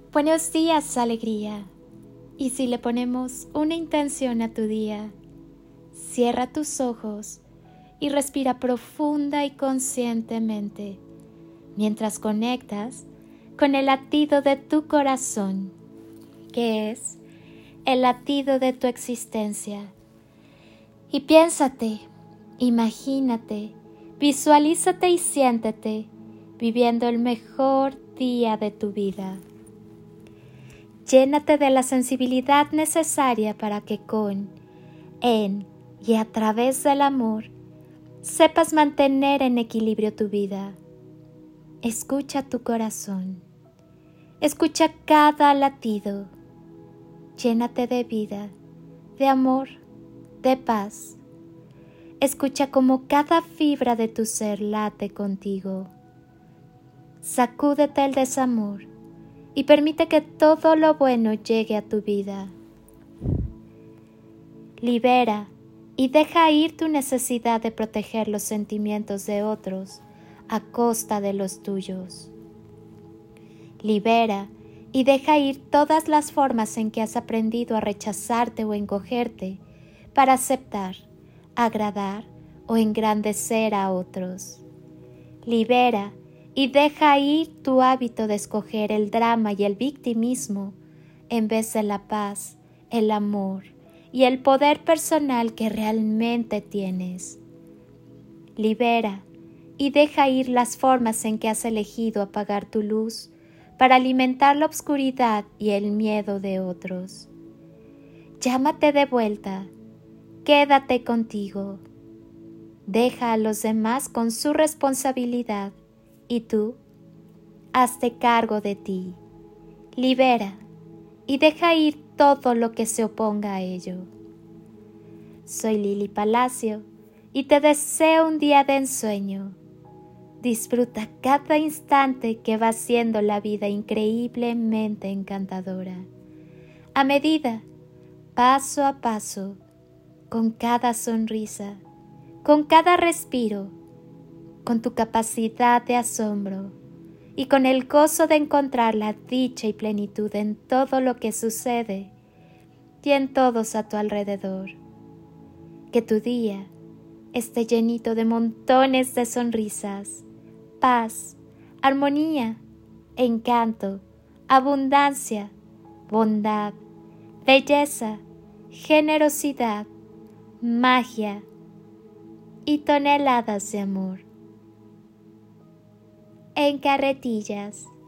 Buenos días, alegría. Y si le ponemos una intención a tu día, cierra tus ojos y respira profunda y conscientemente mientras conectas con el latido de tu corazón, que es el latido de tu existencia. Y piénsate, imagínate, visualízate y siéntete viviendo el mejor día de tu vida. Llénate de la sensibilidad necesaria para que en y a través del amor sepas mantener en equilibrio tu vida. Escucha tu corazón. Escucha cada latido. Llénate de vida, de amor, de paz. Escucha cómo cada fibra de tu ser late contigo. Sacúdete el desamor y permite que todo lo bueno llegue a tu vida. Libera y deja ir tu necesidad de proteger los sentimientos de otros a costa de los tuyos. Libera y deja ir todas las formas en que has aprendido a rechazarte o encogerte para aceptar, agradar o engrandecer a otros. Libera y deja ir tu hábito de escoger el drama y el victimismo en vez de la paz, el amor y el poder personal que realmente tienes. Libera y deja ir las formas en que has elegido apagar tu luz para alimentar la oscuridad y el miedo de otros. Llámate de vuelta, quédate contigo. Deja a los demás con su responsabilidad y tú, hazte cargo de ti. Libera y deja ir todo lo que se oponga a ello. Soy Lili Palacio y te deseo un día de ensueño. Disfruta cada instante que va siendo la vida increíblemente encantadora. A medida, paso a paso, con cada sonrisa, con cada respiro, con tu capacidad de asombro y con el gozo de encontrar la dicha y plenitud en todo lo que sucede y en todos a tu alrededor. Que tu día esté llenito de montones de sonrisas, paz, armonía, encanto, abundancia, bondad, belleza, generosidad, magia y toneladas de amor. En carretillas.